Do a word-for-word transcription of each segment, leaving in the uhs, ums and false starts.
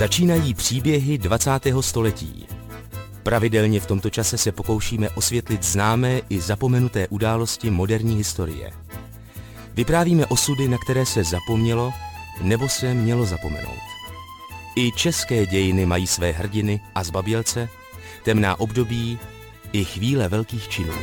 Začínají příběhy dvacátého století. Pravidelně v tomto čase se pokoušíme osvětlit známé i zapomenuté události moderní historie. Vyprávíme osudy, na které se zapomnělo nebo se mělo zapomenout. I české dějiny mají své hrdiny a zbabělce, temná období i chvíle velkých činů.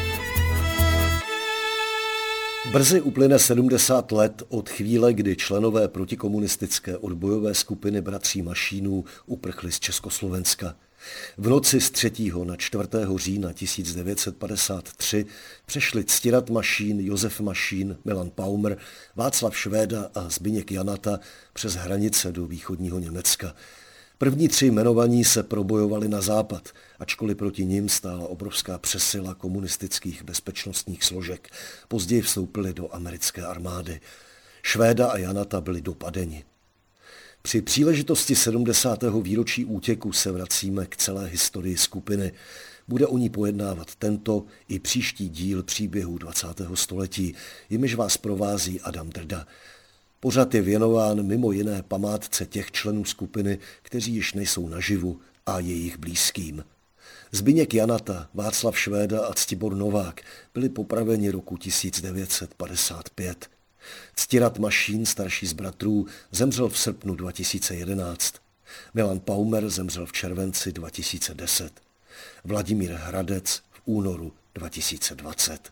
Brzy uplyne sedmdesát let od chvíle, kdy členové protikomunistické odbojové skupiny bratří Mašínů uprchli z Československa. V noci z třetího na čtvrtého října tisíc devět set padesát tři přešli Ctirad Mašín, Josef Mašín, Milan Paumer, Václav Švéda a Zbyněk Janata přes hranice do východního Německa. První tři jmenovaní se probojovali na západ, ačkoliv proti nim stála obrovská přesila komunistických bezpečnostních složek. Později vstoupili do americké armády. Švéda a Janata byli dopadeni. Při příležitosti sedmdesátého výročí útěku se vracíme k celé historii skupiny. Bude o ní pojednávat tento i příští díl příběhů dvacátého století, jimiž vás provází Adam Drda. Pořad je věnován mimo jiné památce těch členů skupiny, kteří již nejsou naživu, a jejich blízkým. Zbyněk Janata, Václav Švéda a Ctibor Novák byli popraveni roku tisíc devět set padesát pět. Ctirad Mašín, starší z bratrů, zemřel v srpnu dva tisíce jedenáct. Milan Paumer zemřel v červenci dva tisíce deset. Vladimír Hradec v únoru dva tisíce dvacet.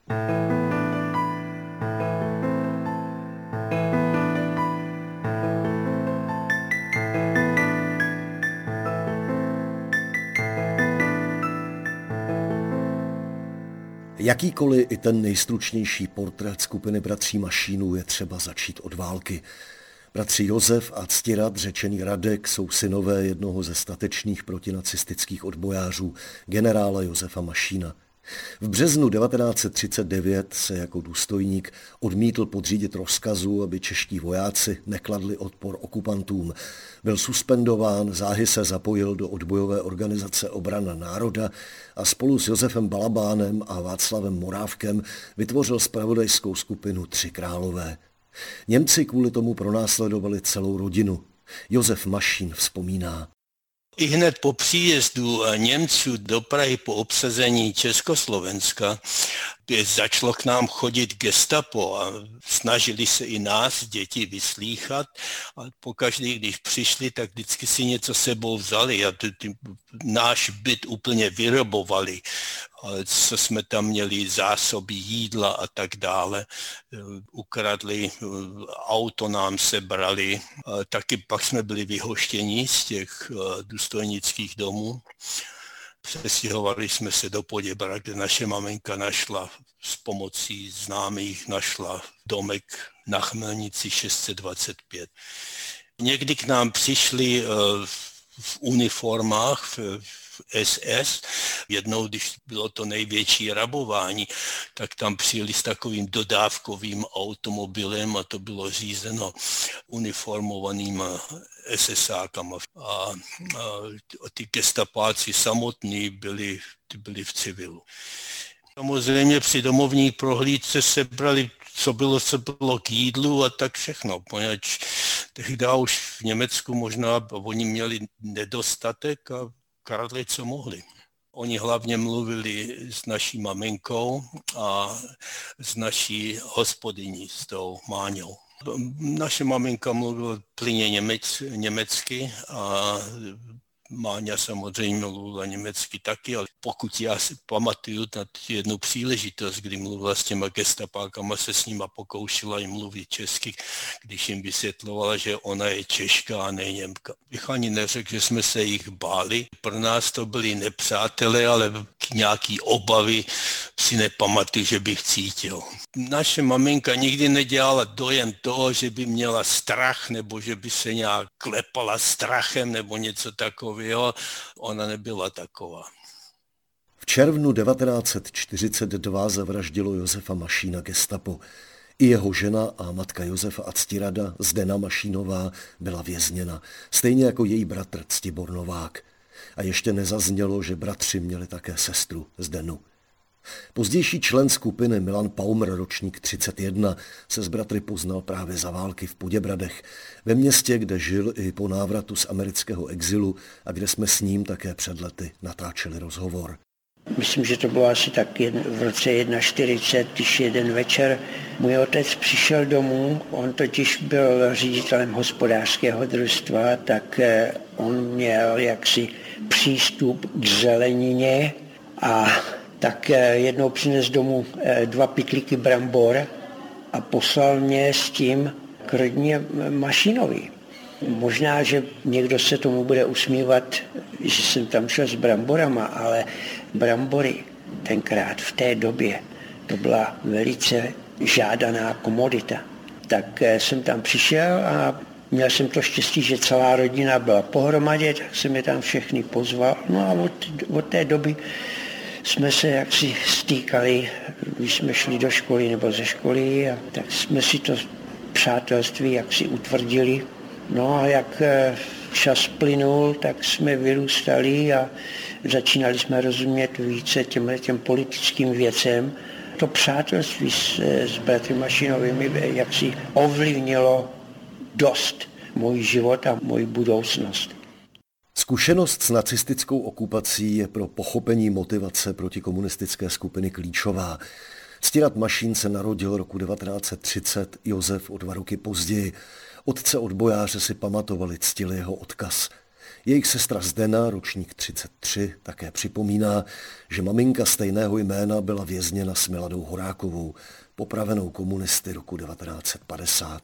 Jakýkoliv i ten nejstručnější portrét skupiny bratří Mašínů je třeba začít od války. Bratři Josef a Ctirad, řečený Radek, jsou synové jednoho ze statečných protinacistických odbojářů, generála Josefa Mašína. V březnu devatenáct set třicet devět se jako důstojník odmítl podřídit rozkazu, aby čeští vojáci nekladli odpor okupantům. Byl suspendován, záhy se zapojil do odbojové organizace Obrana národa a spolu s Josefem Balabánem a Václavem Morávkem vytvořil zpravodajskou skupinu Tři králové. Němci kvůli tomu pronásledovali celou rodinu. Josef Mašín vzpomíná. I hned po příjezdu Němců do Prahy po obsazení Československa začalo k nám chodit gestapo a snažili se i nás, děti, vyslýchat. A pokaždý, když přišli, tak vždycky si něco sebou vzali a t- t- náš byt úplně vyrobovali. Co jsme tam měli, zásoby jídla a tak dále. Ukradli, auto nám sebrali. Taky pak jsme byli vyhoštěni z těch důstojnických domů. Přestěhovali jsme se do Poděbrad, kde naše maminka našla s pomocí známých našla domek na Chmelnici šest set dvacet pět. Někdy k nám přišli v uniformách, v S S. Jednou, když bylo to největší rabování, tak tam přijeli s takovým dodávkovým automobilem a to bylo řízeno uniformovaným SSákama. A, a ty gestapáci samotní byli, byli v civilu. Samozřejmě při domovní prohlídce se brali, co bylo, co bylo k jídlu a tak všechno, poněvadž tehdy už v Německu možná oni měli nedostatek a kradli, co mohli. Oni hlavně mluvili s naší maminkou a s naší hospodyní, s tou Máňou. Naše maminka mluvila plynně němec, německy a Máňa samozřejmě mluvila německy taky, ale pokud já si pamatuju na jednu příležitost, kdy mluvila s těma gestapákama, se s nima pokoušela jim mluvit česky, když jim vysvětlovala, že ona je Češka a ne Němka. Bych ani neřekl, že jsme se jich báli. Pro nás to byli nepřátelé, ale nějaký obavy si nepamatuju, že bych cítil. Naše maminka nikdy nedělala dojem toho, že by měla strach nebo že by se nějak klepala strachem nebo něco takového. Ona nebyla taková. V červnu devatenáct set čtyřicet dva zavraždilo Josefa Mašína gestapo. I jeho žena a matka Josefa a Ctirada, Zdena Mašínová, byla vězněna, stejně jako její bratr Ctibor Novák. A ještě nezaznělo, že bratři měli také sestru Zdenu. Pozdější člen skupiny Milan Paumr, ročník třicet jedna, se s bratry poznal právě za války v Poděbradech, ve městě, kde žil i po návratu z amerického exilu a kde jsme s ním také před lety natáčeli rozhovor. Myslím, že to bylo asi tak v roce čtyřicet jedna, když jeden večer můj otec přišel domů, on totiž byl ředitelem hospodářského družstva, tak on měl jaksi přístup k zelenině a tak jednou přines domů dva pytlíky brambor a poslal mě s tím k rodině Mašínovi. Možná, že někdo se tomu bude usmívat, že jsem tam šel s bramborama, ale brambory tenkrát v té době to byla velice žádaná komodita. Tak jsem tam přišel a měl jsem to štěstí, že celá rodina byla pohromadě, tak jsem je tam všechny pozval. No a od, od té doby jsme se jaksi stýkali, když jsme šli do školy nebo ze školy, a tak jsme si to přátelství jaksi utvrdili. No a jak čas plynul, tak jsme vyrůstali a začínali jsme rozumět více těm, těm politickým věcem. To přátelství s, s bratry Mašínovými jaksi ovlivnilo dost můj život a moji budoucnost. Zkušenost s nacistickou okupací je pro pochopení motivace protikomunistické skupiny klíčová. Ctirad Mašín se narodil roku devatenáct set třicet, Josef o dva roky později. Otce odbojáře si pamatovali, ctili jeho odkaz. Jejich sestra Zdena, ročník třicet tři, také připomíná, že maminka stejného jména byla vězněna s Miladou Horákovou, popravenou komunisty roku devatenáct set padesát.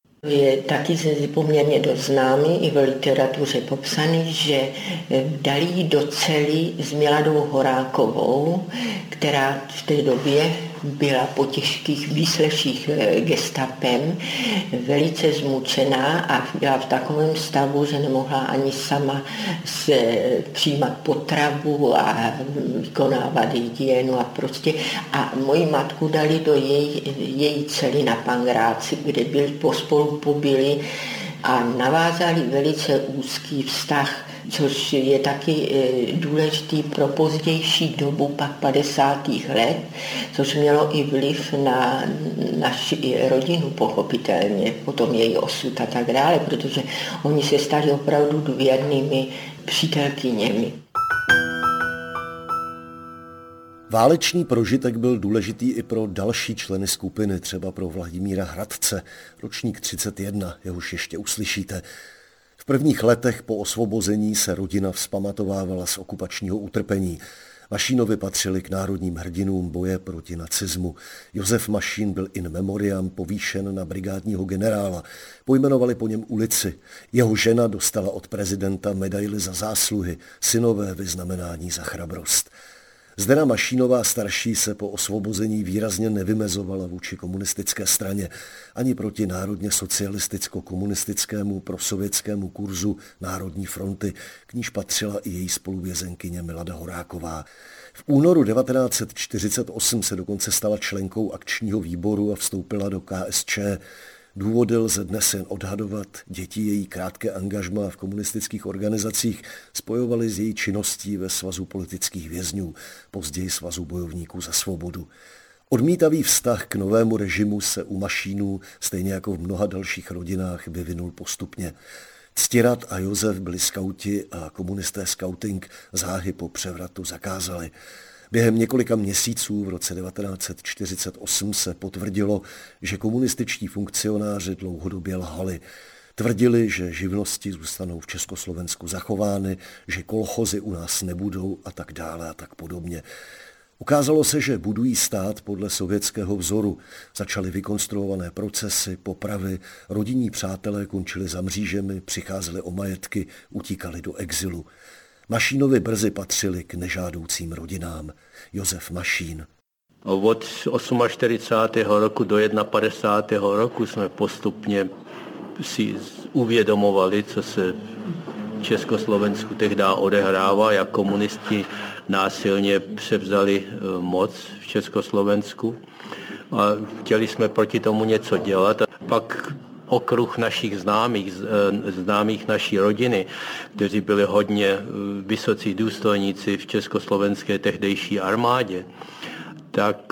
Je taky poměrně dost známý i v literatuře popsaný, že dali ji do cely s Miladou Horákovou, která v té době byla po těžkých výsleších gestapem velice zmučená a byla v takovém stavu, že nemohla ani sama se přijímat potravu a vykonávat hygienu a prostě. A moji matku dali do její, její cely na Pangráci, kde byli pospolu pobyli a navázali velice úzký vztah, což je taky důležitý pro pozdější dobu, pak padesátých let, což mělo i vliv na naši rodinu pochopitelně, potom její osud a tak dále, protože oni se stali opravdu důvěrnými přítelkyněmi. Válečný prožitek byl důležitý i pro další členy skupiny, třeba pro Vladimíra Hradce, ročník třicet jedna, jehož ještě uslyšíte. V prvních letech po osvobození se rodina vzpamatovávala z okupačního utrpení. Mašínovi patřili k národním hrdinům boje proti nacismu. Josef Mašín byl in memoriam povýšen na brigádního generála. Pojmenovali po něm ulici. Jeho žena dostala od prezidenta medaili za zásluhy, synové vyznamenání za chrabrost. Zdena Mašínová starší se po osvobození výrazně nevymezovala vůči komunistické straně ani proti národně socialisticko-komunistickému prosovětskému kurzu Národní fronty, k níž patřila i její spoluvězenkyně Milada Horáková. V únoru devatenáct set čtyřicet osm se dokonce stala členkou akčního výboru a vstoupila do K S Č. Důvody lze dnes jen odhadovat, děti její krátké angažmá v komunistických organizacích spojovaly s její činností ve Svazu politických vězňů, později Svazu bojovníků za svobodu. Odmítavý vztah k novému režimu se u Mašínů, stejně jako v mnoha dalších rodinách, vyvinul postupně. Ctirad a Josef byli skauti a komunisté skauting záhy po převratu zakázali. Během několika měsíců v roce devatenáct set čtyřicet osm se potvrdilo, že komunističtí funkcionáři dlouhodobě lhali. Tvrdili, že živnosti zůstanou v Československu zachovány, že kolchozy u nás nebudou a tak dále a tak podobně. Ukázalo se, že budují stát podle sovětského vzoru. Začaly vykonstruované procesy, popravy, rodinní přátelé končili za mřížemi, přicházeli o majetky, utíkali do exilu. Mašínovi brzy patřili k nežádoucím rodinám. Josef Mašín. Od čtyřicátého osmého roku do padesátého prvního roku jsme postupně si uvědomovali, co se v Československu tehdy odehrává, jak komunisti násilně převzali moc v Československu. A chtěli jsme proti tomu něco dělat. A pak okruh našich známých, známých naší rodiny, kteří byli hodně vysocí důstojníci v československé tehdejší armádě, tak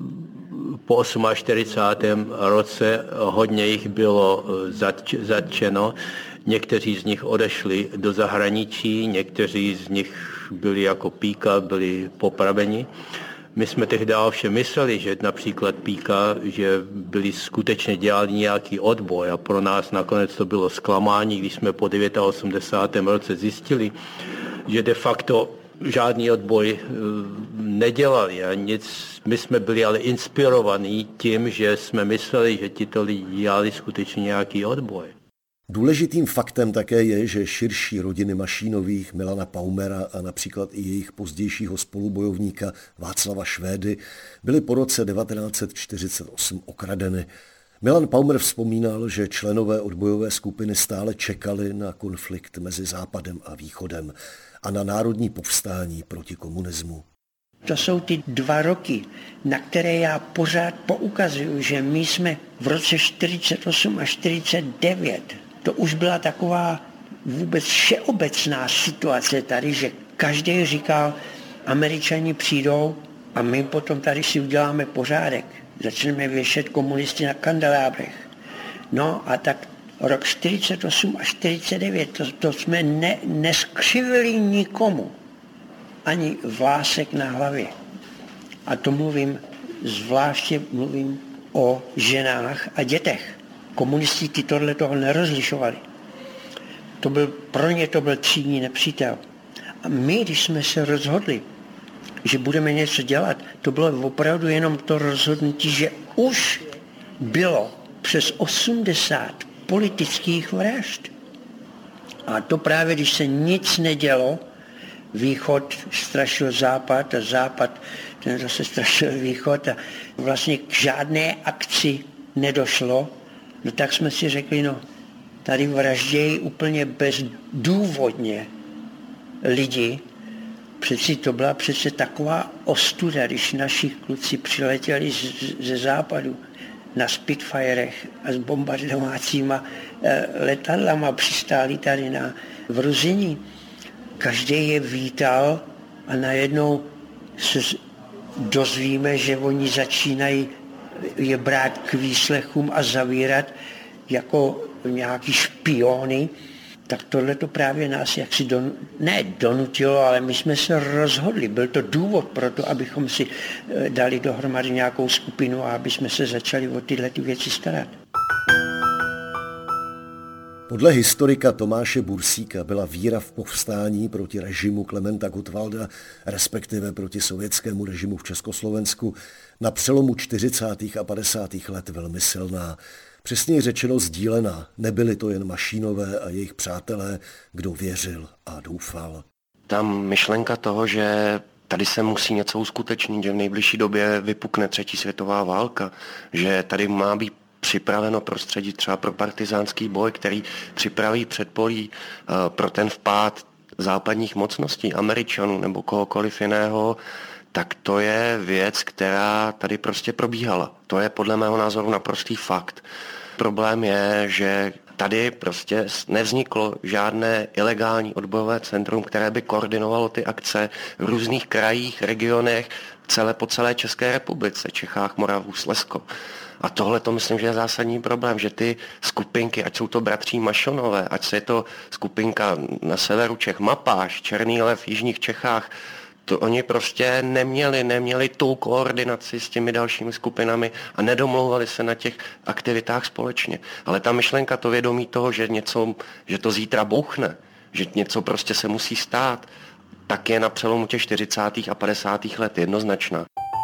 po čtyřicátém osmém roce hodně jich bylo zatčeno. Někteří z nich odešli do zahraničí, někteří z nich byli jako Píka, byli popraveni. My jsme tehdy ovšem mysleli, že například Píka, že byli skutečně dělali nějaký odboj a pro nás nakonec to bylo zklamání, když jsme po osmdesátém devátém roce zjistili, že de facto žádný odboj nedělali a nic. My jsme byli ale inspirovaní tím, že jsme mysleli, že tito lidi dělali skutečně nějaký odboj. Důležitým faktem také je, že širší rodiny Mašínových, Milana Paumera a například i jejich pozdějšího spolubojovníka Václava Švédy byly po roce devatenáct set čtyřicet osm okradeny. Milan Paumer vzpomínal, že členové odbojové skupiny stále čekali na konflikt mezi Západem a Východem a na národní povstání proti komunismu. To jsou ty dva roky, na které já pořád poukazuju, že my jsme v roce čtyřicet osm a čtyřicet devět, to už byla taková vůbec všeobecná situace tady, že každý říkal, Američani přijdou a my potom tady si uděláme pořádek. Začneme věšet komunisty na kandelábrech. No a tak rok čtyřicet osm a čtyřicet devět, to, to jsme ne, neskřivili nikomu. Ani vlásek na hlavě. A to mluvím, zvláště mluvím o ženách a dětech. Komunisti ty tohle toho nerozlišovali. To byl, pro ně to byl třídní nepřítel. A my, když jsme se rozhodli, že budeme něco dělat, to bylo opravdu jenom to rozhodnutí, že už bylo přes osmdesát politických vražd. A to právě, když se nic nedělo, Východ strašil Západ a Západ ten zase strašil Východ a vlastně k žádné akci nedošlo, no tak jsme si řekli, no tady vraždějí úplně bezdůvodně lidi. Přeci to byla přece taková ostuda, když naši kluci přiletěli z, ze západu na Spitfirech a s bombardovacíma eh, letadlama přistáli tady na, v Ruzyni. Každý je vítal a najednou se dozvíme, že oni začínají je brát k výslechům a zavírat jako nějaký špiony. Tak tohle to právě nás jaksi don, ne donutilo, ale my jsme se rozhodli. Byl to důvod pro to, abychom si dali dohromady nějakou skupinu a aby jsme se začali o tyhle ty věci starat. Podle historika Tomáše Bursíka byla víra v povstání proti režimu Klementa Gottwalda, respektive proti sovětskému režimu v Československu, na přelomu čtyřicátých a padesátých let velmi silná. Přesněji řečeno sdílená, nebyli to jen Mašínové a jejich přátelé, kdo věřil a doufal. Ta myšlenka toho, že tady se musí něco uskutečnit, že v nejbližší době vypukne třetí světová válka, že tady má být připraveno prostředí třeba pro partizánský boj, který připraví předpolí uh, pro ten vpád západních mocností, Američanů nebo kohokoliv jiného, tak to je věc, která tady prostě probíhala. To je podle mého názoru naprostý fakt. Problém je, že tady prostě nevzniklo žádné ilegální odbojové centrum, které by koordinovalo ty akce v různých krajích, regionech, celé, po celé České republice, Čechách, Moravu, Slezsko. A tohle to myslím, že je zásadní problém, že ty skupinky, ať jsou to bratří Mašonové, ať se je to skupinka na severu Čech, Mapáš, Černý lev v jižních Čechách, to oni prostě neměli, neměli tu koordinaci s těmi dalšími skupinami a nedomlouvali se na těch aktivitách společně. Ale ta myšlenka, to vědomí toho, že něco, že to zítra bouchne, že něco prostě se musí stát, tak je na přelomu těch čtyřicátých a padesátých let jednoznačná.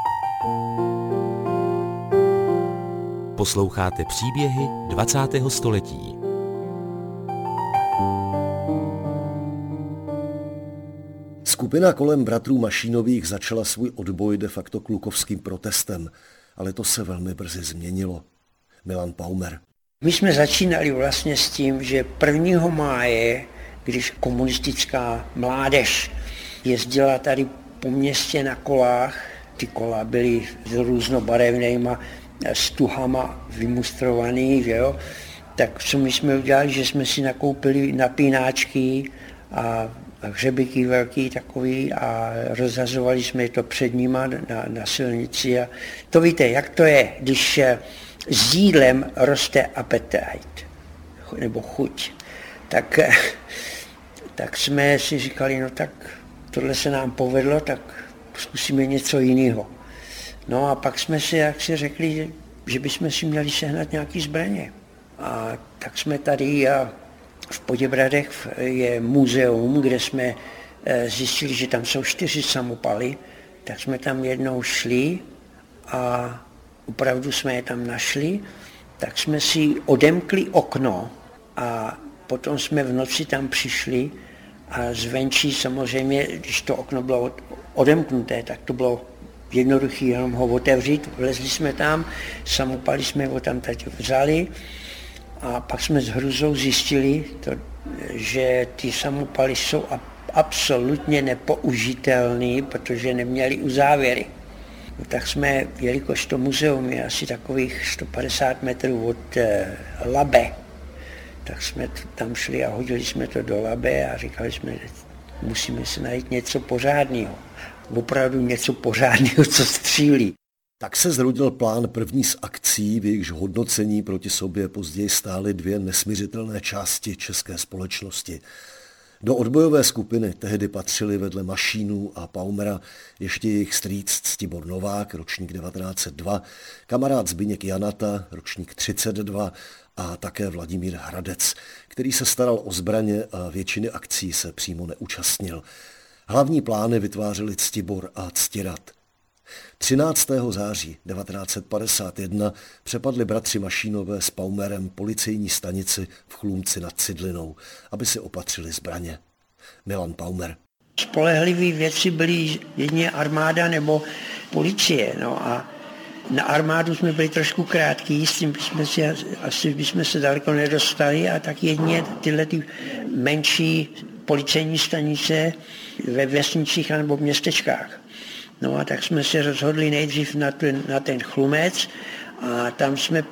Posloucháte příběhy dvacátého století. Skupina kolem bratrů Mašínových začala svůj odboj de facto klukovským protestem, ale to se velmi brzy změnilo. Milan Paumer. My jsme začínali vlastně s tím, že prvního máje, když komunistická mládež jezdila tady po městě na kolách, ty kola byly s různobarevnýma stuhama vymustrovaný, že jo, tak co my jsme udělali, že jsme si nakoupili napínáčky a hřebíky velký takový a rozhazovali jsme to před nima na, na silnici. A to víte, jak to je, když s jídlem roste apetit, nebo chuť. Tak, tak jsme si říkali, no tak tohle se nám povedlo, tak zkusíme něco jiného. No a pak jsme si jak si řekli, že bychom si měli sehnat nějaký zbraně. A tak jsme tady a v Poděbradech je muzeum, kde jsme zjistili, že tam jsou čtyři samopaly, tak jsme tam jednou šli a opravdu jsme je tam našli, tak jsme si odemkli okno a potom jsme v noci tam přišli a zvenčí samozřejmě, když to okno bylo odemknuté, tak to bylo jednoduché jenom ho otevřít. Vlezli jsme tam, samopaly jsme ho tam teď vzali a pak jsme s hrůzou zjistili, to, že ty samopaly jsou absolutně nepoužitelné, protože neměly uzávěry. No, tak jsme, jelikož to muzeum je asi takových sto padesát metrů od eh, Labe, tak jsme tam šli a hodili jsme to do Labe a říkali jsme, že musíme si najít něco pořádného. Opravdu něco pořádného, co střílí. Tak se zrodil plán první z akcí, v jejichž hodnocení proti sobě později stály dvě nesmiřitelné části české společnosti. Do odbojové skupiny tehdy patřili vedle Mašínů a Paumera ještě jejich strýc Ctibor Novák, ročník devatenáct set dva, kamarád Zbyněk Janata, ročník třicet dva a také Vladimír Hradec, který se staral o zbraně a většiny akcí se přímo neúčastnil. Hlavní plány vytvářeli Ctibor a Ctirad. třináctého září devatenáct set padesát jedna přepadli bratři Mašínové s Paumerem policejní stanici v Chlumci nad Cidlinou, aby si opatřili zbraně. Milan Paumer. Spolehlivý věci byly jedině armáda nebo policie. No a na armádu jsme byli trošku krátký, s tím bychom si, asi bychom se daleko nedostali a tak jedině tyhle ty menší policejní stanice ve vesnicích nebo v městečkách. No a tak jsme se rozhodli nejdřív na ten, na ten Chlumec a tam jsme,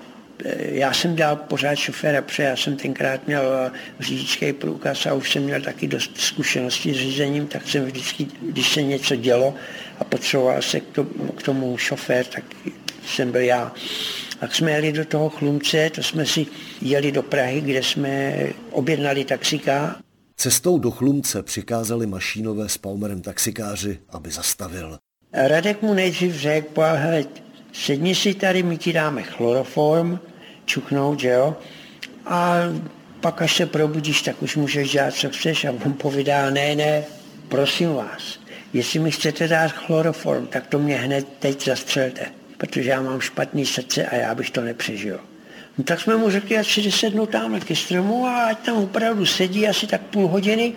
já jsem dělal pořád šoféra, protože já jsem tenkrát měl řidičský průkaz a už jsem měl taky dost zkušeností s řízením, tak jsem vždycky, když se něco dělo a potřeboval se k tomu, k tomu šofér, tak jsem byl já. Tak jsme jeli do toho Chlumce, to jsme si jeli do Prahy, kde jsme objednali taxíka. Cestou do Chlumce přikázali Mašínové s Paumerem taxikáři, aby zastavil. Radek mu nejdřív řekl, hele, sedni si tady, my ti dáme chloroform, čuchnout, že jo, a pak až se probudíš, tak už můžeš dělat, co chceš. A on povídá, ne, ne, prosím vás, jestli mi chcete dát chloroform, tak to mě hned teď zastřelte, protože já mám špatný srdce a já bych to nepřežil. No tak jsme mu řekli, ať si jde sednout tamhle ke stromu a ať tam opravdu sedí asi tak půl hodiny,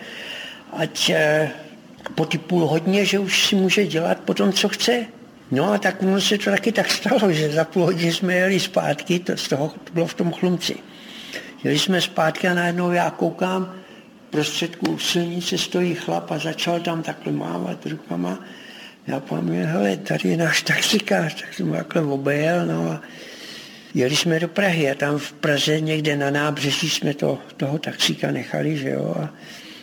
ať eh, po ty půl hodině, že už si může dělat potom, co chce. No a tak no, se to taky tak stalo, že za půl hodiny jsme jeli zpátky, to, z toho to bylo v tom Chlumci. Jeli jsme zpátky a najednou já koukám, prostředku silnice stojí chlap a začal tam takhle mávat rukama. Já pamatuju, hele, tady je náš taxikář, tak jsem takhle obejel, no a jeli jsme do Prahy a tam v Praze někde na nábřeží jsme to, toho taxíka nechali, že jo, a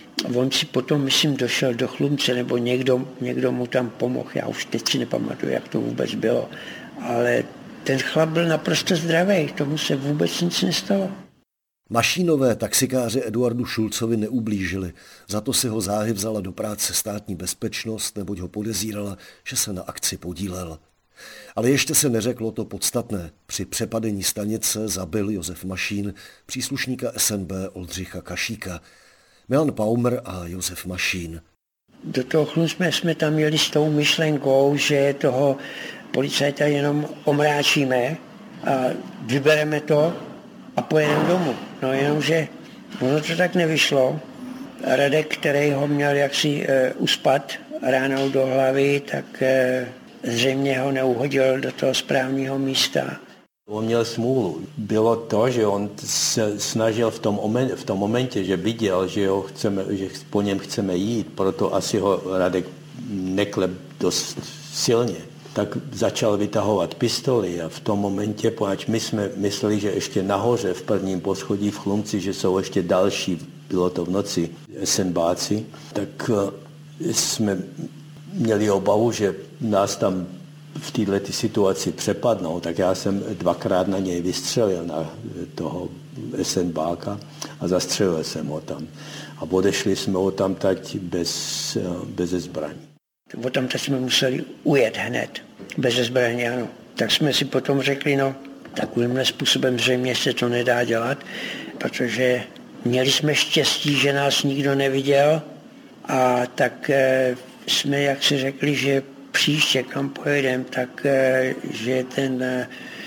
on si potom, myslím, došel do Chlumce, nebo někdo, někdo mu tam pomohl, já už teď si nepamatuju, jak to vůbec bylo, ale ten chlap byl naprosto zdravý, tomu se vůbec nic nestalo. Mašínové taxikáři Eduardu Šulcovi neublížili, za to si ho záhy vzala do práce státní bezpečnost, neboť ho podezírala, že se na akci podílel. Ale ještě se neřeklo to podstatné. Při přepadení stanice zabil Josef Mašín příslušníka S N B Oldřicha Kašíka. Milan Paumer a Josef Mašín. Do toho Chlumce jsme tam jeli s tou myšlenkou, že toho policajta jenom omráčíme a vybereme to a pojedeme domů. No jenomže ono to tak nevyšlo. Radek, který ho měl jaksi e, uspat ránou do hlavy, tak e, zřejmě ho neuhodil do toho správného místa. On měl smůlu. Bylo to, že on se snažil v tom, momen, v tom momentě, že viděl, že, ho chceme, že po něm chceme jít, proto asi ho Radek neklep dost silně, tak začal vytahovat pistoli a v tom momentě, poněvadž my jsme mysleli, že ještě nahoře v prvním poschodí v Chlumci, že jsou ještě další bylo to v noci, SNBáci, tak jsme měli obavu, že nás tam v této situaci přepadnou, tak já jsem dvakrát na něj vystřelil, na toho SNBáka, a zastřelil jsem ho tam. A odešli jsme ho tam teď bez, bez zbraní. O tam teď jsme museli ujet hned, bez zbraní, ano. Tak jsme si potom řekli, no, takovýmhle způsobem zřejmě se to nedá dělat, protože měli jsme štěstí, že nás nikdo neviděl, a tak e, jsme, jak si řekli, že příště, kam pojedeme, tak e, že ten e,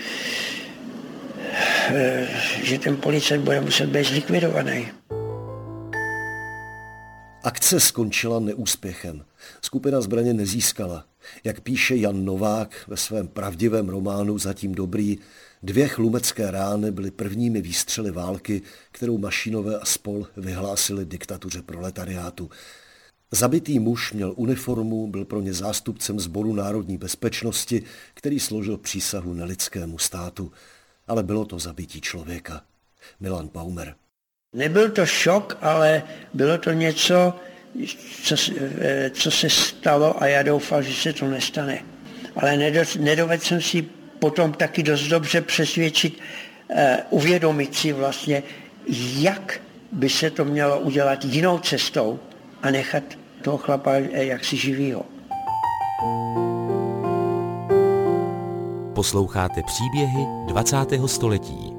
e, že ten policajt bude muset být zlikvidovaný. Akce skončila neúspěchem. Skupina zbraně nezískala. Jak píše Jan Novák ve svém pravdivém románu Zatím dobrý, dvě chlumecké rány byly prvními výstřely války, kterou Mašínové a spol vyhlásili diktatuře proletariátu. Zabitý muž měl uniformu, byl pro ně zástupcem Sboru národní bezpečnosti, který složil přísahu nelidskému státu. Ale bylo to zabití člověka. Milan Paumer. Nebyl to šok, ale bylo to něco, co, co se stalo, a já doufal, že se to nestane. Ale nedovedl jsem si potom taky dost dobře přesvědčit, uh, uvědomit si vlastně, jak by se to mělo udělat jinou cestou a nechat toho chlapa jaksi živýho. Posloucháte příběhy dvacátého století.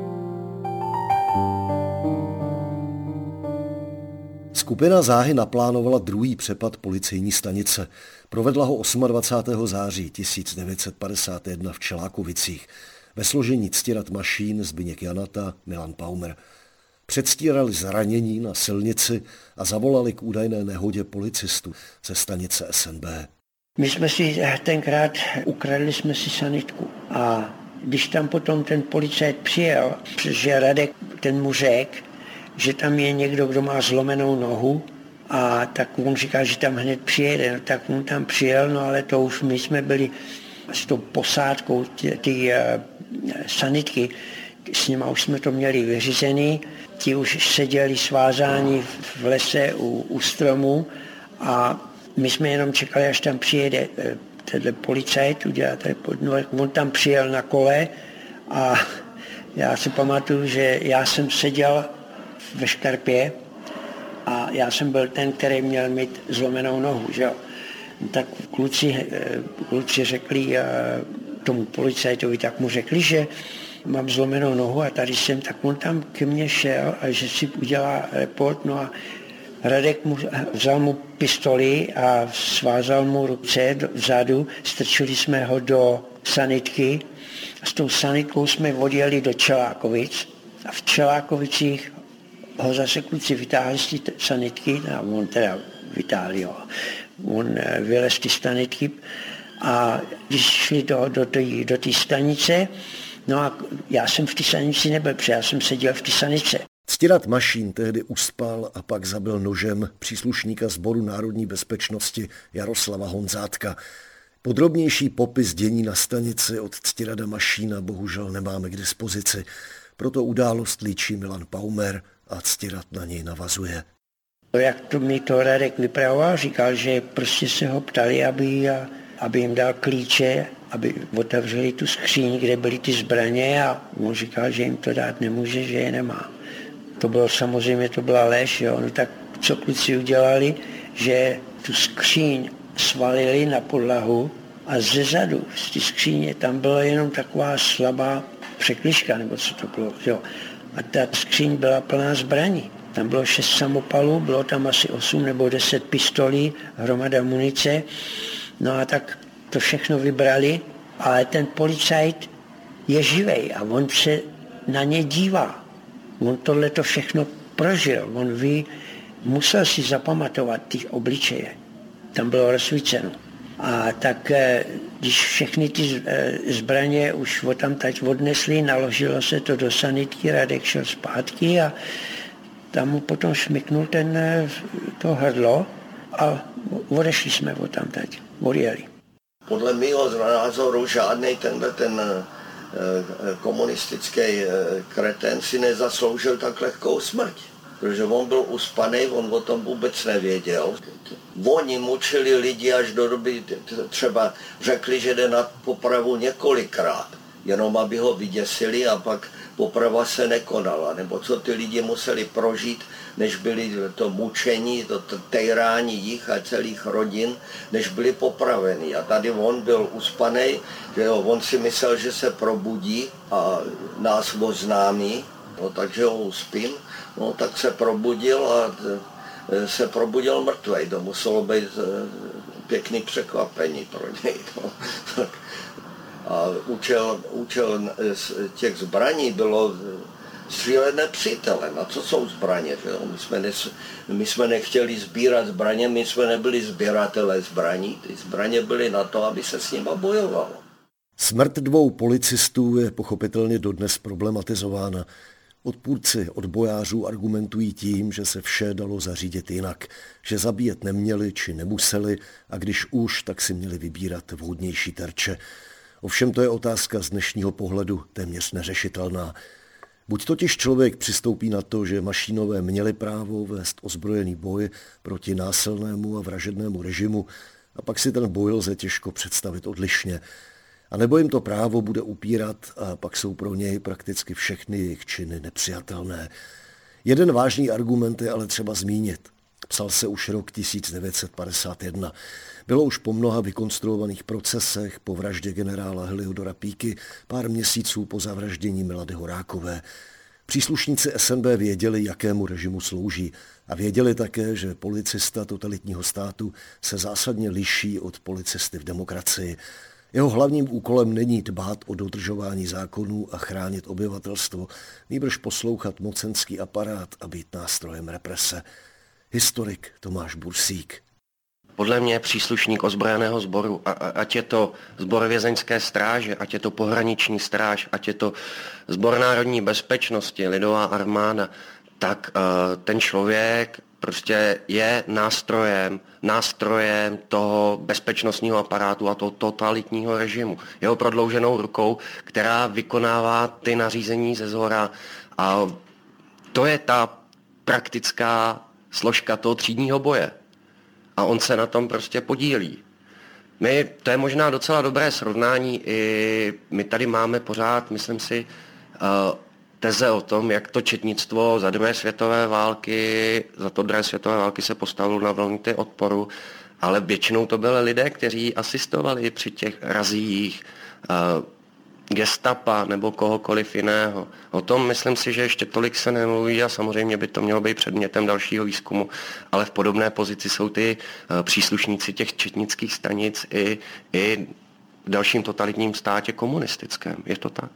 Skupina záhy naplánovala druhý přepad policejní stanice. Provedla ho dvacátého osmého září tisíc devět set padesát jedna v Čelákovicích. Ve složení Ctirat Mašín, Zbyněk Janata, Milan Paumer. Předstírali zranění na silnici a zavolali k údajné nehodě policistů ze stanice S N B. My jsme si tenkrát ukradli jsme si sanitku, a když tam potom ten policajt přijel, protože Radek ten mu řekl, že tam je někdo, kdo má zlomenou nohu, a tak on říkal, že tam hned přijede, no, tak on tam přijel, no ale to už my jsme byli s tou posádkou ty, ty uh, sanitky, s nima už jsme to měli vyřízený, ti už seděli svázáni v lese u, u stromu, a my jsme jenom čekali, až tam přijede tenhle policajt, udělá tady podno, on tam přijel na kole, a já si pamatuju, že já jsem seděl ve škarpě a já jsem byl ten, který měl mít zlomenou nohu, že jo. Tak kluci, kluci řekli tomu policajtovi, tak mu řekli, že mám zlomenou nohu a tady jsem, tak on tam ke mně šel a že si udělá report, no a Radek mu vzal mu pistoli a svázal mu ruce vzadu, strčili jsme ho do sanitky a s tou sanitkou jsme odjeli do Čelákovic a v Čelákovicích ho zase kluci vytáhli z té sanitky, a on teda vytáhli, jo. On vylez ty sanitky, a když šli do, do, do, do té stanice, no a já jsem v té stanici nebyl, protože já jsem seděl v té stanice. Ctirat Mašín tehdy uspal a pak zabil nožem příslušníka Sboru národní bezpečnosti Jaroslava Honzátka. Podrobnější popis dění na stanici od Ctirada Mašína bohužel nemáme k dispozici, proto událost líčí Milan Paumer a Ctirat na něj navazuje. Jak to mi to Radek vypravoval, říkal, že prostě se ho ptali, aby, aby jim dal klíče, aby otevřeli tu skříň, kde byly ty zbraně, a on říkal, že jim to dát nemůže, že je nemá. To bylo samozřejmě, to byla lež, jo. No tak co kluci udělali, že tu skříň svalili na podlahu a zezadu z té skříně tam byla jenom taková slabá překližka, nebo co to bylo, jo. A ta skříň byla plná zbraní. Tam bylo šest samopalů, bylo tam asi osm nebo deset pistolí, hromada munice. No a tak to všechno vybrali, ale ten policajt je živej a on se na ně dívá. On tohle to všechno prožil, on ví, musel si zapamatovat ty obličeje. Tam bylo rozsvíceno. A tak když všechny ty zbraně už odtamtať odnesli, naložilo se to do sanitky, Radek šel zpátky a tam mu potom šmyknul ten, to hrdlo a odešli jsme odtamtať, odjeli. Podle mého názoru žádný tenhle ten komunistický kretén si nezasloužil tak lehkou smrt. protože on byl uspaný, on o tom vůbec nevěděl. Oni mučili lidi až do doby, třeba řekli, že jde na popravu několikrát, jenom aby ho vyděsili a pak poprava se nekonala, nebo co ty lidi museli prožít, než byli to mučení, to tejrání jich a celých rodin, než byli popraveni. A tady on byl uspaný, že jo, on si myslel, že se probudí a nás oznámí, no, takže ho uspím, no tak se probudil a se probudil mrtvej, to muselo být pěkný překvapení pro něj. No. A účel, účel těch zbraní bylo střílet nepřítele. Na co jsou zbraně? Že? My, jsme ne, my jsme nechtěli sbírat zbraně, my jsme nebyli sběratelé zbraní. Ty zbraně byly na to, aby se s nima bojovalo. Smrt dvou policistů je pochopitelně dodnes problematizována. Odpůrci odbojářů argumentují tím, že se vše dalo zařídit jinak, že zabíjet neměli či nemuseli a když už, tak si měli vybírat vhodnější terče. Ovšem to je otázka z dnešního pohledu téměř neřešitelná. Buď totiž člověk přistoupí na to, že Mašínové měli právo vést ozbrojený boj proti násilnému a vražednému režimu a pak si ten boj lze těžko představit odlišně. A nebo jim to právo bude upírat a pak jsou pro něj prakticky všechny jejich činy nepřijatelné. Jeden vážný argument je ale třeba zmínit. Psal se už rok tisíc devět set padesát jedna. Bylo už po mnoha vykonstruovaných procesech, po vraždě generála Heliodora Píky, pár měsíců po zavraždění Milady Horákové. Příslušníci S N B věděli, jakému režimu slouží a věděli také, že policista totalitního státu se zásadně liší od policisty v demokracii. Jeho hlavním úkolem není dbát o dodržování zákonů a chránit obyvatelstvo, nýbrž poslouchat mocenský aparát a být nástrojem represe. Historik Tomáš Bursík. Podle mě příslušník ozbrojeného sboru, a, a, ať je to sbor vězeňské stráže, ať je to pohraniční stráž, ať je to sbor národní bezpečnosti, lidová armáda, tak uh, ten člověk prostě je nástrojem, nástrojem toho bezpečnostního aparátu a toho totalitního režimu. Jeho prodlouženou rukou, která vykonává ty nařízení ze zhora. A to je ta praktická složka toho třídního boje. A on se na tom prostě podílí. My, to je možná docela dobré srovnání, i my tady máme pořád, myslím si, uh, teze o tom, jak to četnictvo za druhé světové války, za to druhé světové války se postavilo na vlny odporu, ale většinou to byly lidé, kteří asistovali při těch razích, uh, gestapa nebo kohokoliv jiného. O tom myslím si, že ještě tolik se nemluví a samozřejmě by to mělo být předmětem dalšího výzkumu, ale v podobné pozici jsou ty uh, příslušníci těch četnických stanic i, i v dalším totalitním státě komunistickém. Je to tak?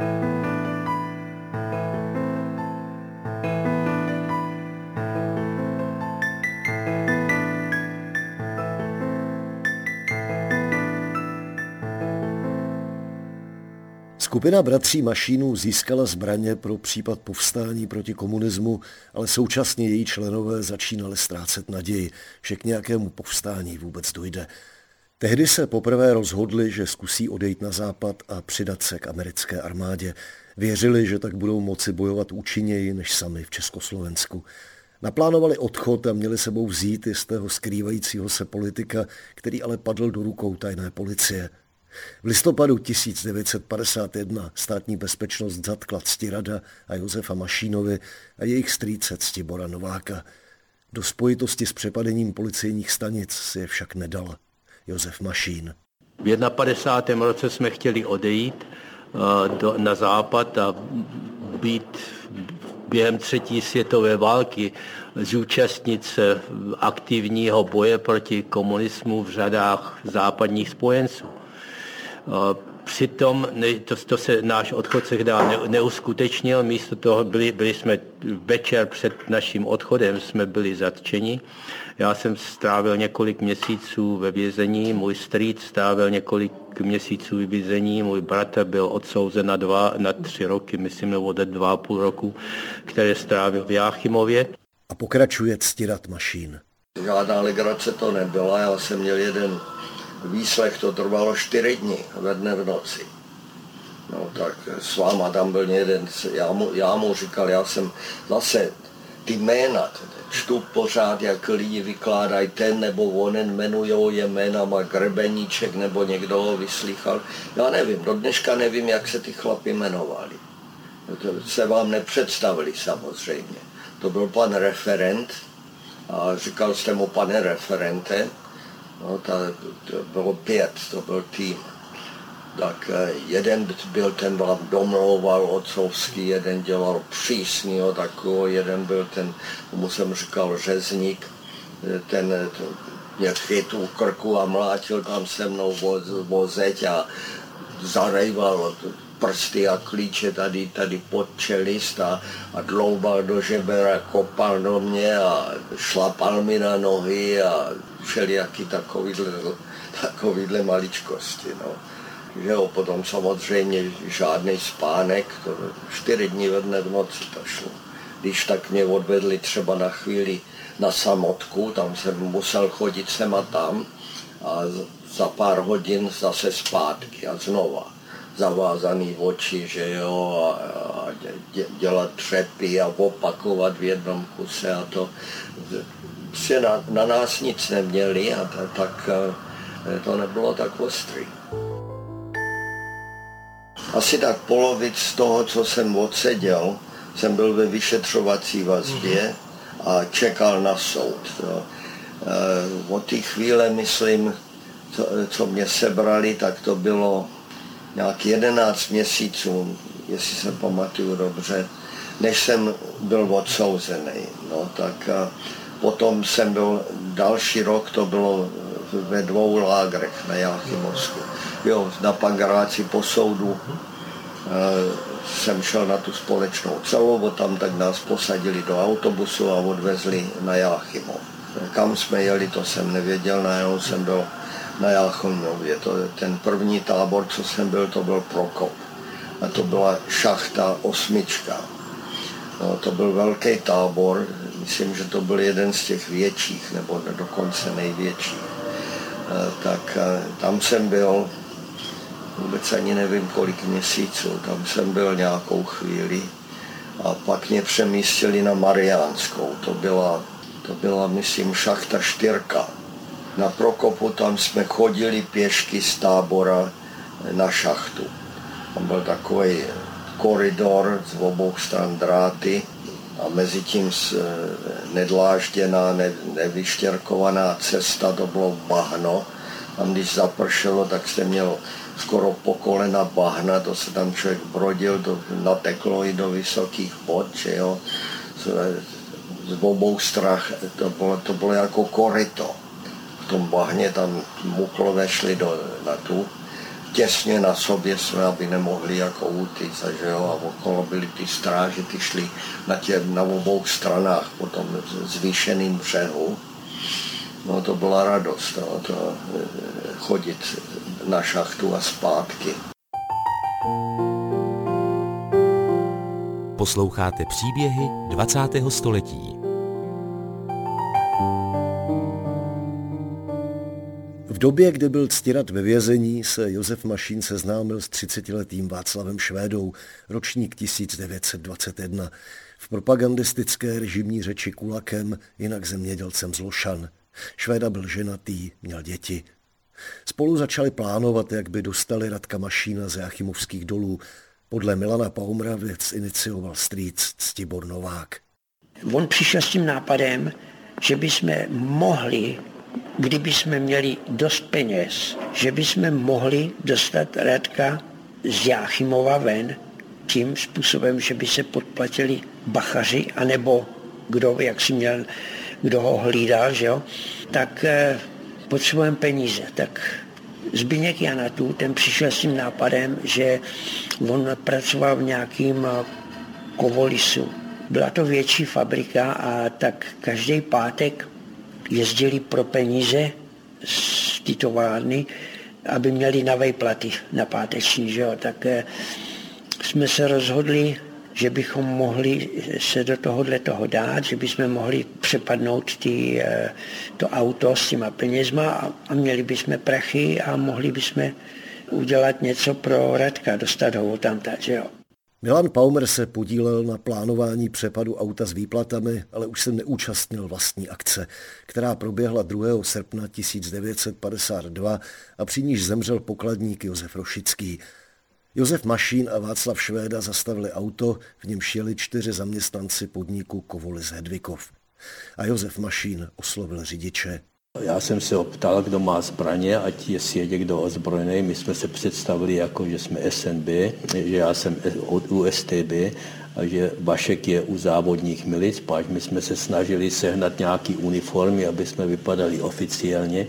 Skupina bratří Mašínů získala zbraně pro případ povstání proti komunismu, ale současně její členové začínali ztrácet naději, že k nějakému povstání vůbec dojde. Tehdy se poprvé rozhodli, že zkusí odejít na západ a přidat se k americké armádě. Věřili, že tak budou moci bojovat účinněji než sami v Československu. Naplánovali odchod a měli sebou vzít jistého skrývajícího se politika, který ale padl do rukou tajné policie. V listopadu tisíc devět set padesát jedna státní bezpečnost zatkla Ctirada a Josefa Mašínovi a jejich strýce Ctibora Nováka. Do spojitosti s přepadením policejních stanic si je však nedal Josef Mašín. V padesátém prvním roce jsme chtěli odejít uh, do, na západ a být během třetí světové války, zúčastnit se aktivního boje proti komunismu v řadách západních spojenců. Přitom to, to se náš odchod se dál ne, neuskutečnil, místo toho byli, byli jsme večer před naším odchodem, jsme byli zatčeni. Já jsem strávil několik měsíců ve vězení, můj strýc strávil několik měsíců ve vězení, můj bratr byl odsouzen na, dva, na tři roky, myslím, nebo dva a půl roku, které strávil v Jáchymově. A pokračuje Ctirad Mašín. Žádná legrace to nebyla, já jsem měl jeden výslech, to trvalo čtyři dny ve dne v noci. No tak s váma tam byl jeden, já mu, já mu říkal, já jsem zase ty jména, čtu pořád, jak lidi vykládají ten nebo onen, jmenujou je jménama Grebeníček nebo někdo ho vyslýchal. Já nevím, do dneška nevím, jak se ty chlapi jmenovali. To se vám nepředstavili samozřejmě. To byl pan referent a říkal jste mu, pane referente, no, ta, to bylo pět, to byl tým. Tak jeden byl, ten vám domlouval otcovský, jeden dělal přísnýho takového, jeden byl ten, tomu jsem říkal řezník, ten mě chytl u krku a mlátil tam se mnou vozeť a zarejval prsty a klíče tady, tady pod čelist a, a dloubal do žeber a kopal do mě a šlapal mi na nohy a všelijaký takovýhle, takovýhle maličkosti. No. Že jo, potom samozřejmě žádný spánek, to čtyři dny ve dne v noci to šlo. Když tak mě odvedli třeba na chvíli na samotku, tam jsem musel chodit sem a tam a za pár hodin zase zpátky a znova. Zavázaný oči, že jo, a, a dělat třepy a opakovat v jednom kuse a to se na, na nás nic neměli a ta, tak to nebylo tak ostrý. Asi tak polovic z toho, co jsem odseděl, jsem byl ve vyšetřovací vazbě a čekal na soud. No. E, od té chvíle, myslím, co, co mě sebrali, tak to bylo nějak jedenáct měsíců, jestli se pamatuju dobře, než jsem byl odsouzený. No, tak a potom jsem byl další rok, to bylo ve dvou lágrech na Jáchymovsku. Jo, na Pangaráci po soudu e, jsem šel na tu společnou celu, tam tak nás posadili do autobusu a odvezli na Jáchymov. Kam jsme jeli, to jsem nevěděl, najednou jsem byl na Jáchymově. To, ten první tábor, co jsem byl, to byl Prokop. A to byla šachta osmička. No, to byl velký tábor, myslím, že to byl jeden z těch větších, nebo dokonce největší. E, tak e, tam jsem byl, vůbec ani nevím kolik měsíců, tam jsem byl nějakou chvíli a pak mě přemístili na Mariánskou, to byla, to byla myslím, šachta čtyřka. Na Prokopu tam jsme chodili pěšky z tábora na šachtu. Tam byl takový koridor z obou stran dráty a mezi tím nedlážděná, nevyštěrkovaná cesta, to bylo bahno. Tam když zapršelo, tak se měl skoro po kolena bahna, to se tam člověk brodil, to nateklo i do vysokých bod, že jo. Z obou strach, to bylo, to bylo jako koryto. V tom bahně tam muklové šli do, na tu, těsně na sobě jsme, aby nemohli jako utíct, že jo, a okolo byly ty stráže, ty šli na, tě, na obou stranách po tom zvýšeným břehu. No to byla radost, no, to, chodit na šachtu a zpátky. Posloucháte příběhy dvacátého století. V době, kdy byl Ctirad ve vězení, se Josef Mašín seznámil s třicetiletým Václavem Švédou, ročník tisíc devět set dvacet jedna, v propagandistické režimní řeči Kulakem, jinak zemědělcem z Lošan. Švéda byl ženatý, měl děti. Spolu začali plánovat, jak by dostali Radka Mašína z Jáchymovských dolů. Podle Milana Paumra věc inicioval strýc Ctibor Novák. On přišel s tím nápadem, že bychom mohli, kdyby jsme měli dost peněz, že bychom mohli dostat Radka z Jáchymova ven tím způsobem, že by se podplatili bachaři, anebo kdo, jak si měl, kdo ho hlídal, že jo, tak eh, potřebujeme peníze. Tak Zbyněk Janatů, ten přišel s tím nápadem, že on pracoval v nějakým Kovolisu. Byla to větší fabrika a tak každý pátek jezdili pro peníze z té továrny, aby měli na vejplaty na páteční, že jo. Tak eh, jsme se rozhodli, že bychom mohli se do tohohle toho dát, že bychom mohli přepadnout ty, to auto s těma penězma a, a měli bychom prachy a mohli bychom udělat něco pro Radka, dostat ho tamta, že jo. Milan Paumer se podílel na plánování přepadu auta s výplatami, ale už se neúčastnil vlastní akce, která proběhla druhého srpna tisíc devět set padesát dva a při níž zemřel pokladník Josef Rošický. Josef Mašín a Václav Švéda zastavili auto, v němž jeli čtyři zaměstnanci podniku Kovolis Hedvikov. A Josef Mašín oslovil řidiče. Já jsem se optal, kdo má zbraně, ať jestli je někdo ozbrojený. My jsme se představili jako, že jsme S N B, že já jsem U S T B a že Vašek je u závodních milic, páč my jsme se snažili sehnat nějaký uniformy, aby jsme vypadali oficiálně.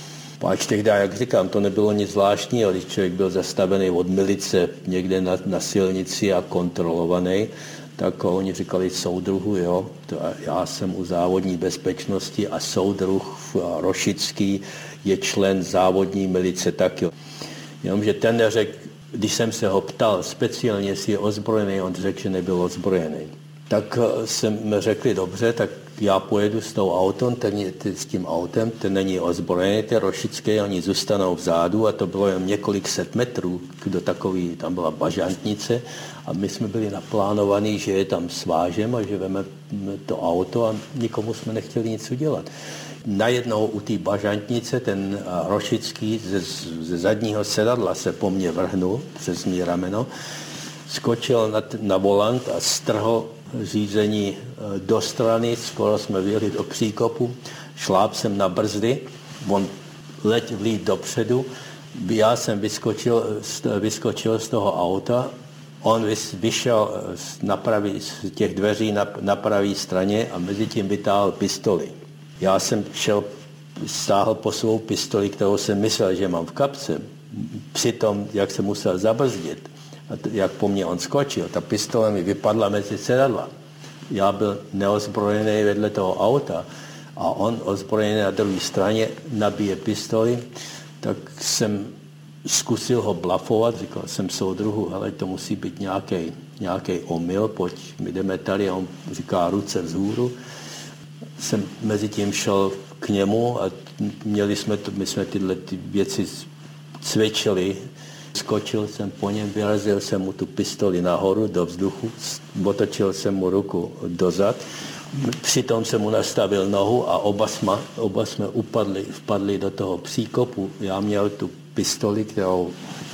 Páč tehdy, jak říkám, to nebylo nic zvláštního, když člověk byl zastavený od milice někde na, na silnici a kontrolovaný, tak oni říkali soudruhu, jo, to já jsem u závodní bezpečnosti a soudruh Rošický je člen závodní milice taky. Jenomže ten neřekl, když jsem se ho ptal speciálně, jestli je ozbrojený, on řekl, že nebyl ozbrojený. Tak jsme řekli, dobře, tak já pojedu s tou autem, ten je, s tím autem, ten není ozbrojený, ten Rošický, oni zůstanou vzadu a to bylo jen několik set metrů do takový, tam byla bažantnice a my jsme byli naplánovaní, že je tam svážem a že veme to auto a nikomu jsme nechtěli nic udělat. Najednou u té bažantnice ten Rošický ze, ze zadního sedadla se po mně vrhnul přes mý rameno, skočil na, na volant a strhl řízení do strany, skoro jsme vyjeli do příkopu, šláp jsem na brzdy, on leť vlít dopředu, já jsem vyskočil, vyskočil z toho auta, on vyšel na pravý, z těch dveří na, na pravé straně a mezi tím vytáhl pistoli. Já jsem šel, stáhl po svou pistoli, kterou jsem myslel, že mám v kapse, přitom, jak jsem musel zabrzdit, a t- jak po mně on skočil, ta pistole mi vypadla mezi sedadla. Já byl neozbrojený vedle toho auta a on ozbrojený na druhé straně nabíje pistoli, tak jsem zkusil ho blafovat, říkal jsem soudruhu, ale to musí být nějaký nějaký omyl, pojď, my jdeme tady, a on říká ruce vzhůru. Jsem mezi tím šel k němu a měli jsme, to, my jsme tyhle ty věci cvičili. Skočil jsem po něm, vyrazil jsem mu tu pistoli nahoru do vzduchu, otočil jsem mu ruku dozad, přitom jsem mu nastavil nohu a oba jsme, oba jsme upadli, vpadli do toho příkopu. Já měl tu pistoli, kterou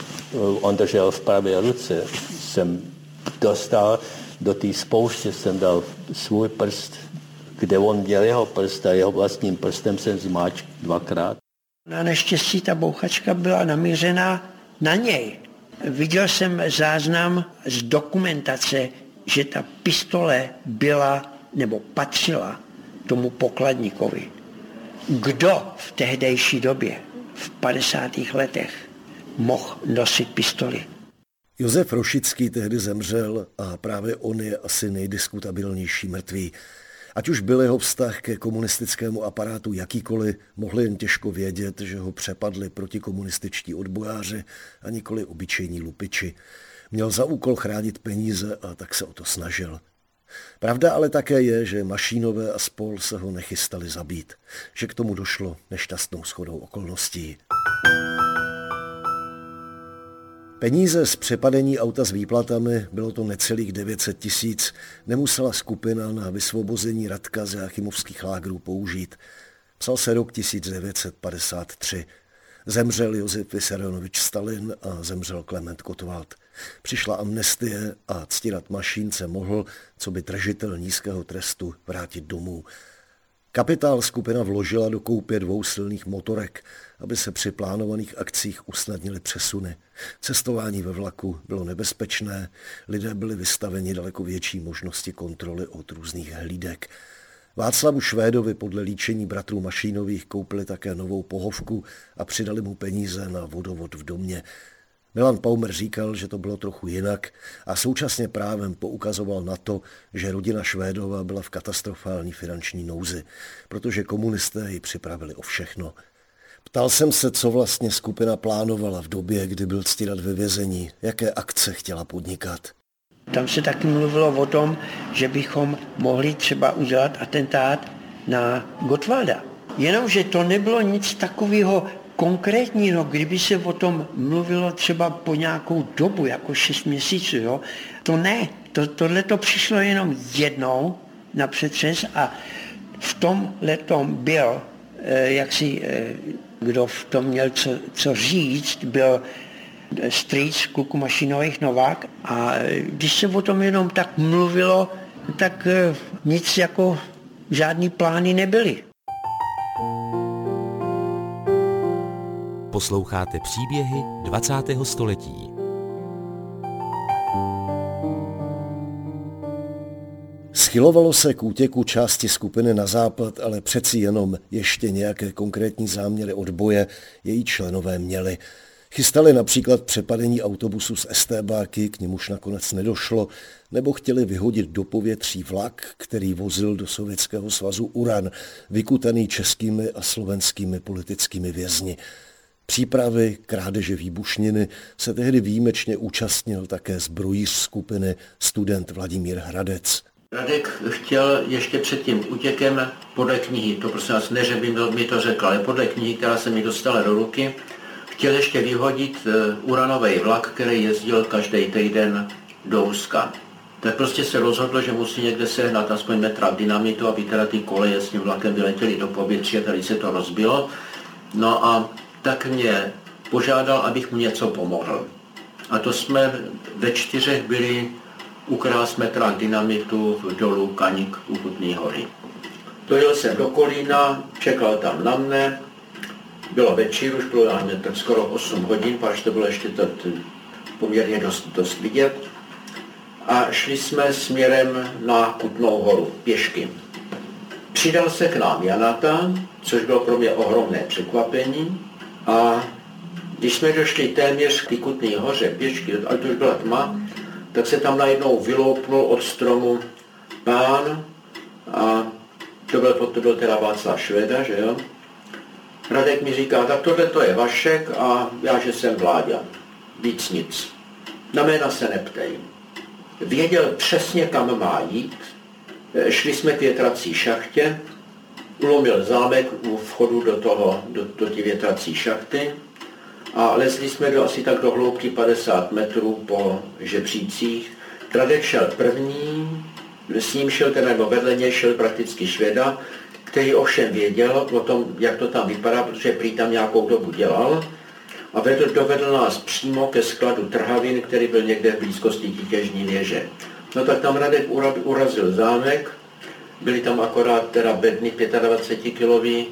on držel v pravé ruce, jsem dostal do té spouště, jsem dal svůj prst, kde on měl jeho prst a jeho vlastním prstem jsem zmáčk dvakrát. Na neštěstí ta bouchačka byla namířená na něj. Viděl jsem záznam z dokumentace, že ta pistole byla nebo patřila tomu pokladníkovi. Kdo v tehdejší době, v padesátých letech, mohl nosit pistoli? Josef Rošický tehdy zemřel a právě on je asi nejdiskutabilnější mrtvý. Ať už byl jeho vztah ke komunistickému aparátu jakýkoliv, mohli jen těžko vědět, že ho přepadli protikomunističtí odbojáři a nikoli obyčejní lupiči. Měl za úkol chránit peníze a tak se o to snažil. Pravda ale také je, že Mašínové a spol se ho nechystali zabít, že k tomu došlo nešťastnou shodou okolností. Peníze z přepadení auta s výplatami, bylo to necelých devět set tisíc, nemusela skupina na vysvobození Radka z jáchymovských lágrů použít. Psal se rok tisíc devět set padesát tři. Zemřel Josef Vissarionovič Stalin a zemřel Klement Gottwald. Přišla amnestie a Ctirad Mašín se mohl, co by držitel nízkého trestu, vrátit domů. Kapitál skupina vložila do koupě dvou silných motorek, aby se při plánovaných akcích usnadnily přesuny. Cestování ve vlaku bylo nebezpečné, lidé byli vystaveni daleko větší možnosti kontroly od různých hlídek. Václavu Švédovi podle líčení bratrů Mašínových koupili také novou pohovku a přidali mu peníze na vodovod v domě. Milan Paumer říkal, že to bylo trochu jinak a současně právem poukazoval na to, že rodina Švédova byla v katastrofální finanční nouzi, protože komunisté ji připravili o všechno. Ptal jsem se, co vlastně skupina plánovala v době, kdy byl Ctirad ve vězení, jaké akce chtěla podnikat. Tam se taky mluvilo o tom, že bychom mohli třeba udělat atentát na Gottwalda. Jenomže to nebylo nic takového konkrétní, no, kdyby se o tom mluvilo třeba po nějakou dobu, jako šest měsíců, jo, to ne. To, tohle to přišlo jenom jednou na přetřes a v tom letom byl, eh, jak si, eh, kdo v tom měl co, co říct, byl strýc kluku Mašínových Novák a eh, když se o tom jenom tak mluvilo, tak eh, nic jako žádný plány nebyly. Posloucháte příběhy dvacátého století. Schylovalo se k útěku části skupiny na západ, ale přeci jenom ještě nějaké konkrétní záměry odboje její členové měli. Chystali například přepadení autobusu s estébáky, k němuž nakonec nedošlo, nebo chtěli vyhodit do povětří vlak, který vozil do Sovětského svazu uran, vykutaný českými a slovenskými politickými vězni. Přípravy krádeže výbušniny se tehdy výjimečně účastnil také zbrojíř skupiny student Vladimír Hradec. Radek chtěl ještě před tím útěkem podle knihy, to prosím vás ne, že by mi to řekl, ale podle knihy, která se mi dostala do ruky, chtěl ještě vyhodit uranový vlak, který jezdil každý týden do Ruska. Tak prostě se rozhodlo, že musí někde sehnat aspoň metra dynamitu, aby teda ty koleje s tím vlakem vyletěly do povětří a tady se to rozbilo. No a tak mě požádal, abych mu něco pomohl. A to jsme ve čtyřech byli u krásmetra dynamitu v dolu Kaník u Kutné Hory. Dojel jsem do Kolína, čekal tam na mne, bylo večer, už bylo tak skoro osm hodin, protože to bylo ještě to, to poměrně dost, dost vidět. A šli jsme směrem na Kutnou Horu, pěšky. Přidal se k nám Janata, což bylo pro mě ohromné překvapení. A když jsme došli téměř k Kutné Hoře pěšky, ale to už byla tma, tak se tam najednou vyloupnul od stromu pán a to byl, to byl teda Václav Šveda, že jo. Radek mi říká, tak tohle to je Vašek a já, že jsem Vláďa. Víc nic. Na jména se neptej. Věděl přesně, kam má jít. Šli jsme k větrací šachtě, ulomil zámek u vchodu do toho, do, do té větrací šachty a lezli jsme do asi tak do hloubky padesát metrů po žebřících. Radek šel první, s ním šel ten, nebo vedle něj šel prakticky Šveda, který ovšem věděl o tom, jak to tam vypadá, protože prý tam nějakou dobu dělal a vedl, dovedl nás přímo ke skladu trhavin, který byl někde v blízkosti Títěžní věže. No tak tam Radek urazil zámek, byly tam akorát teda bedny dvacetipětikilový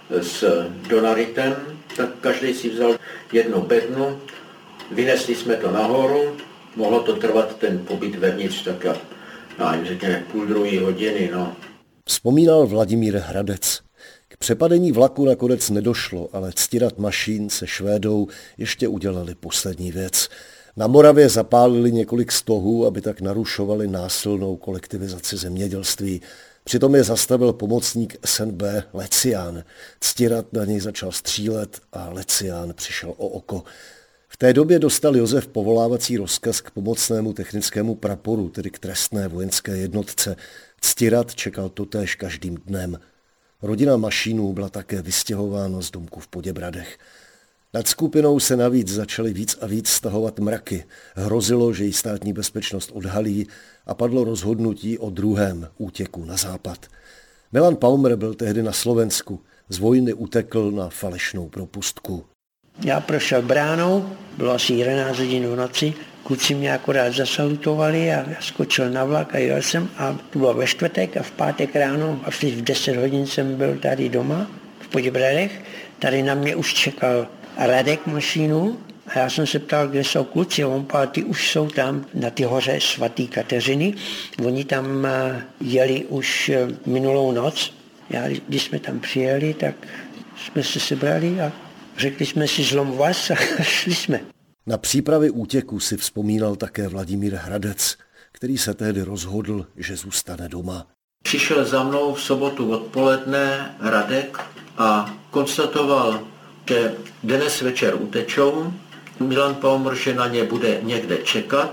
s donaritem, tak každý si vzal jednu bednu, vynesli jsme to nahoru, mohlo to trvat ten pobyt vevnitř tak já nevím, řekněme půl druhé hodiny, no. Vzpomínal Vladimír Hradec. K přepadení vlaku nakonec nedošlo, ale Ctirad Mašín se Švédou ještě udělali poslední věc. Na Moravě zapálili několik stohů, aby tak narušovali násilnou kolektivizaci zemědělství. Přitom je zastavil pomocník S N B Lecián. Ctirad na něj začal střílet a Lecián přišel o oko. V té době dostal Josef povolávací rozkaz k pomocnému technickému praporu, tedy k trestné vojenské jednotce. Ctirad čekal totéž každým dnem. Rodina Mašínů byla také vystěhována z domku v Poděbradech. Nad skupinou se navíc začaly víc a víc stahovat mraky. Hrozilo, že jí státní bezpečnost odhalí a padlo rozhodnutí o druhém útěku na západ. Milan Paumer byl tehdy na Slovensku. Z vojny utekl na falešnou propustku. Já prošel bránou, bylo asi jedenáct hodin v noci, kluci mě akorát zasalutovali a já skočil na vlak a jel jsem a to bylo ve čtvrtek a v pátek ráno, asi v deset hodin jsem byl tady doma v Poděbradech. Tady na mě už čekal Radek Mašínu a já jsem se ptal, kde jsou kluci, on pál, ty už jsou tam na ty hoře svatý Kateřiny. Oni tam jeli už minulou noc. Já, když jsme tam přijeli, tak jsme se sebrali a řekli jsme si zlom vás a šli jsme. Na přípravy útěku si vzpomínal také Vladimír Hradec, který se tehdy rozhodl, že zůstane doma. Přišel za mnou v sobotu odpoledne Radek a konstatoval, že dnes večer utečou. Milan Paumer, že na ně bude někde čekat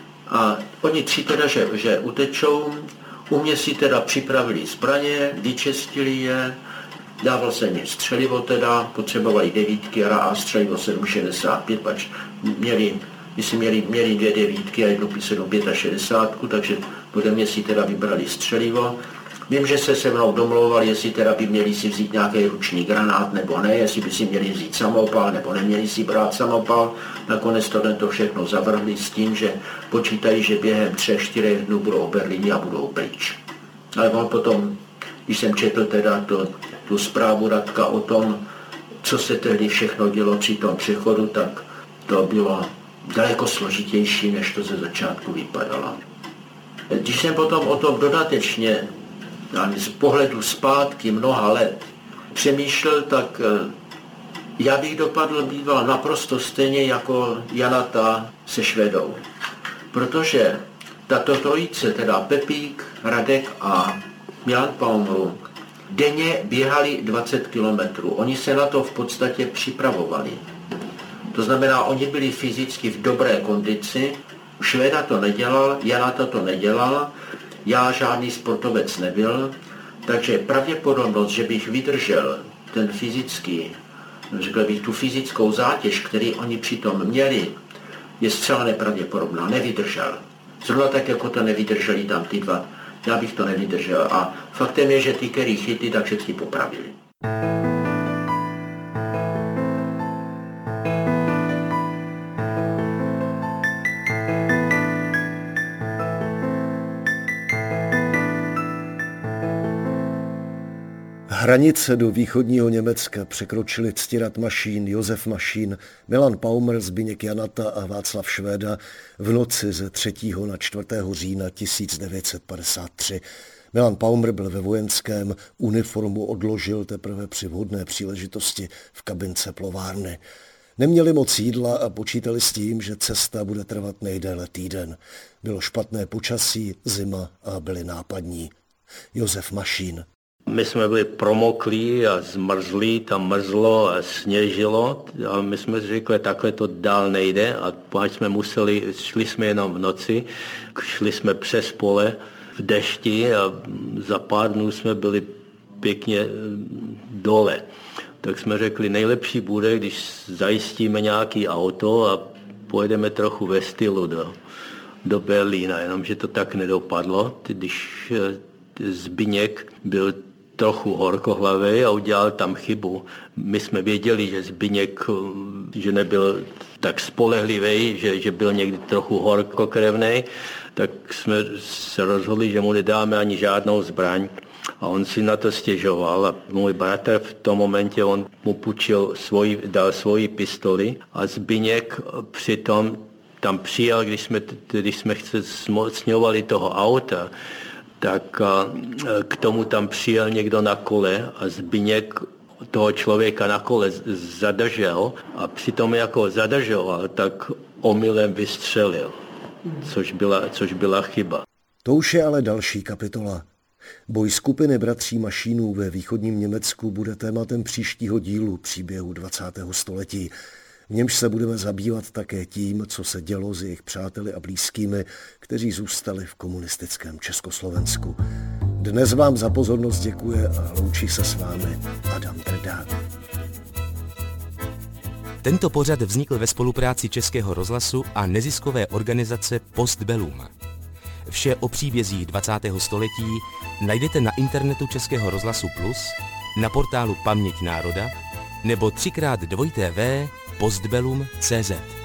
a oni tři teda, že, že utečou. U mě si teda připravili zbraně, vyčistili je, Dával jsem jim střelivo teda, potřebovali devítky a střelivo sedm šedesát pět, pač měli, myslím, měli, měli dvě devítky a jednu sedm šedesát pět, takže ode mě si teda vybrali střelivo. Vím, že se se mnou domlouvali, jestli teda by měli si vzít nějaký ruční granát nebo ne, jestli by si měli vzít samopal nebo neměli si brát samopal. Nakonec tohle to všechno zavrhli s tím, že počítají, že během třech, čtyřech dnů budou v Berlíně a budou pryč. Ale on potom, když jsem četl teda to, tu zprávu Radka o tom, co se tehdy všechno dělo při tom přechodu, tak to bylo daleko složitější, než to ze začátku vypadalo. Když jsem potom o tom dodatečně z pohledu zpátky mnoha let přemýšlel, tak já bych dopadl býval naprosto stejně jako Janata se Švédou. Protože tato trojice, teda Pepík, Radek a Milan Paumrung, denně běhali dvacet kilometrů. Oni se na to v podstatě připravovali. To znamená, oni byli fyzicky v dobré kondici. Švéda to nedělal, Janata to nedělal, já žádný sportovec nebyl, takže pravděpodobnost, že bych vydržel ten fyzický, řekl bych tu fyzickou zátěž, který oni přitom měli, je zcela nepravděpodobná, nevydržel. Zrovna tak, jako to nevydrželi tam ty dva, já bych to nevydržel. A faktem je, že ty, který chytli, tak všichni popravili. Hranice do východního Německa překročili Ctirad Mašín, Josef Mašín, Milan Paumr, Zbyněk Janata a Václav Švéda v noci ze třetího na čtvrtého října tisíc devět set padesát tři. Milan Paumr byl ve vojenském, uniformu odložil teprve při vhodné příležitosti v kabince plovárny. Neměli moc jídla a počítali s tím, že cesta bude trvat nejdéle týden. Bylo špatné počasí, zima a byli nápadní. Josef Mašín. My jsme byli promoklí a zmrzlí, tam mrzlo a sněžilo a my jsme řekli, takhle to dál nejde a pak jsme museli, šli jsme jenom v noci, šli jsme přes pole v dešti a za pár dnů jsme byli pěkně dole. Tak jsme řekli, nejlepší bude, když zajistíme nějaký auto a pojedeme trochu ve stylu do, do Berlína, jenomže to tak nedopadlo, když Zbyněk byl trochu horkohlavý a udělal tam chybu. My jsme věděli, že Zbyněk že nebyl tak spolehlivý, že, že byl někdy trochu horkokrevný, tak jsme se rozhodli, že mu nedáme ani žádnou zbraň. A on si na to stěžoval a můj bratr v tom momentě on mu půjčil svoji, dal svoji pistoli a Zbyněk přitom tam přijel, když jsme, když jsme zmocňovali toho auta, tak k tomu tam přijel někdo na kole a Zbyněk toho člověka na kole zadržel a přitom jako zadržoval, tak omylem vystřelil, což byla, což byla chyba. To už je ale další kapitola. Boj skupiny bratří Mašínů ve východním Německu bude tématem příštího dílu příběhu dvacátého století. V němž se budeme zabývat také tím, co se dělo s jejich přáteli a blízkými, kteří zůstali v komunistickém Československu. Dnes vám za pozornost děkuje a loučí se s vámi Adam Drda. Tento pořad vznikl ve spolupráci Českého rozhlasu a neziskové organizace Postbellum. Vše o příbězích dvacátého století najdete na internetu Českého rozhlasu Plus, na portálu Paměť národa nebo třikrát dvojité v postbellum tečka cé zet.